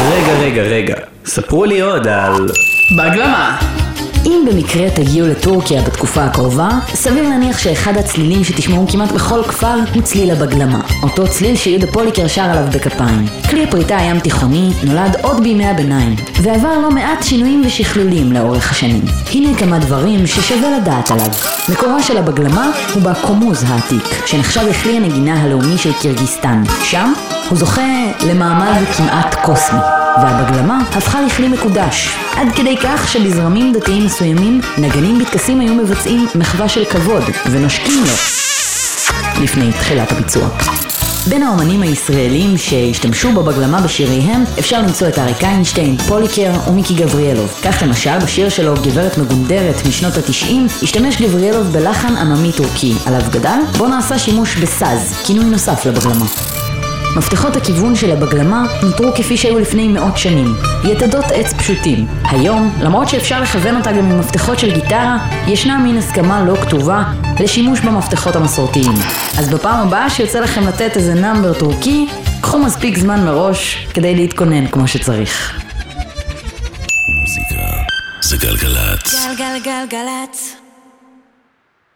רגע. ספרו לי עוד על... בגלמה. אם במקרה תגיעו לטורקיה בתקופה הקרובה, סביר להניח שאחד הצלילים שתשמעו כמעט בכל כפר הוא צליל הבגלמה. אותו צליל שיהודה פוליקר שר עליו בכפיים. כלי הפריטה הים תיכוני נולד עוד בימי הביניים, ועבר לא מעט שינויים ושכלולים לאורך השנים. הנה כמה דברים ששווה לדעת עליו. מקורה של הבגלמה הוא בקומוז העתיק, שנחשב לכלי הנגינה הלאומי של קירגיסטן. שם הוא זוכה למעמד כמעט קוסמי. והבגלמה הפכה לכלי מקודש, עד כדי כך שבזרמים דתיים מסוימים נגנים בטקסים היו מבצעים מחווה של כבוד ונושקים לו לפני תחילת הביצוע. בין האומנים הישראלים שהשתמשו בבגלמה בשיריהם אפשר למצוא את אריק איינשטיין, פוליקר ומיקי גבריאלוב. כך למשל בשיר שלו גברת מגונדרת משנות ה-90 השתמש גבריאלוב בלחן עממי טורקי עליו גדל, בו נעשה שימוש בסאז, כינוי נוסף לבגלמה. מפתחות הכיוון של הבגלמה נותרו כפי שהיו לפני מאות שנים, יתדות עץ פשוטים. היום, למרות שאפשר לכוון אותה גם עם מפתחות של גיטרה, ישנה מין הסכמה לא כתובה לשימוש במפתחות המסורתיים. אז בפעם הבאה שיוצא לכם לתת איזה נאמבר טורקי, קחו מספיק זמן מראש כדי להתכונן כמו שצריך. מוזיקה זה גלגלת. גלגלצ.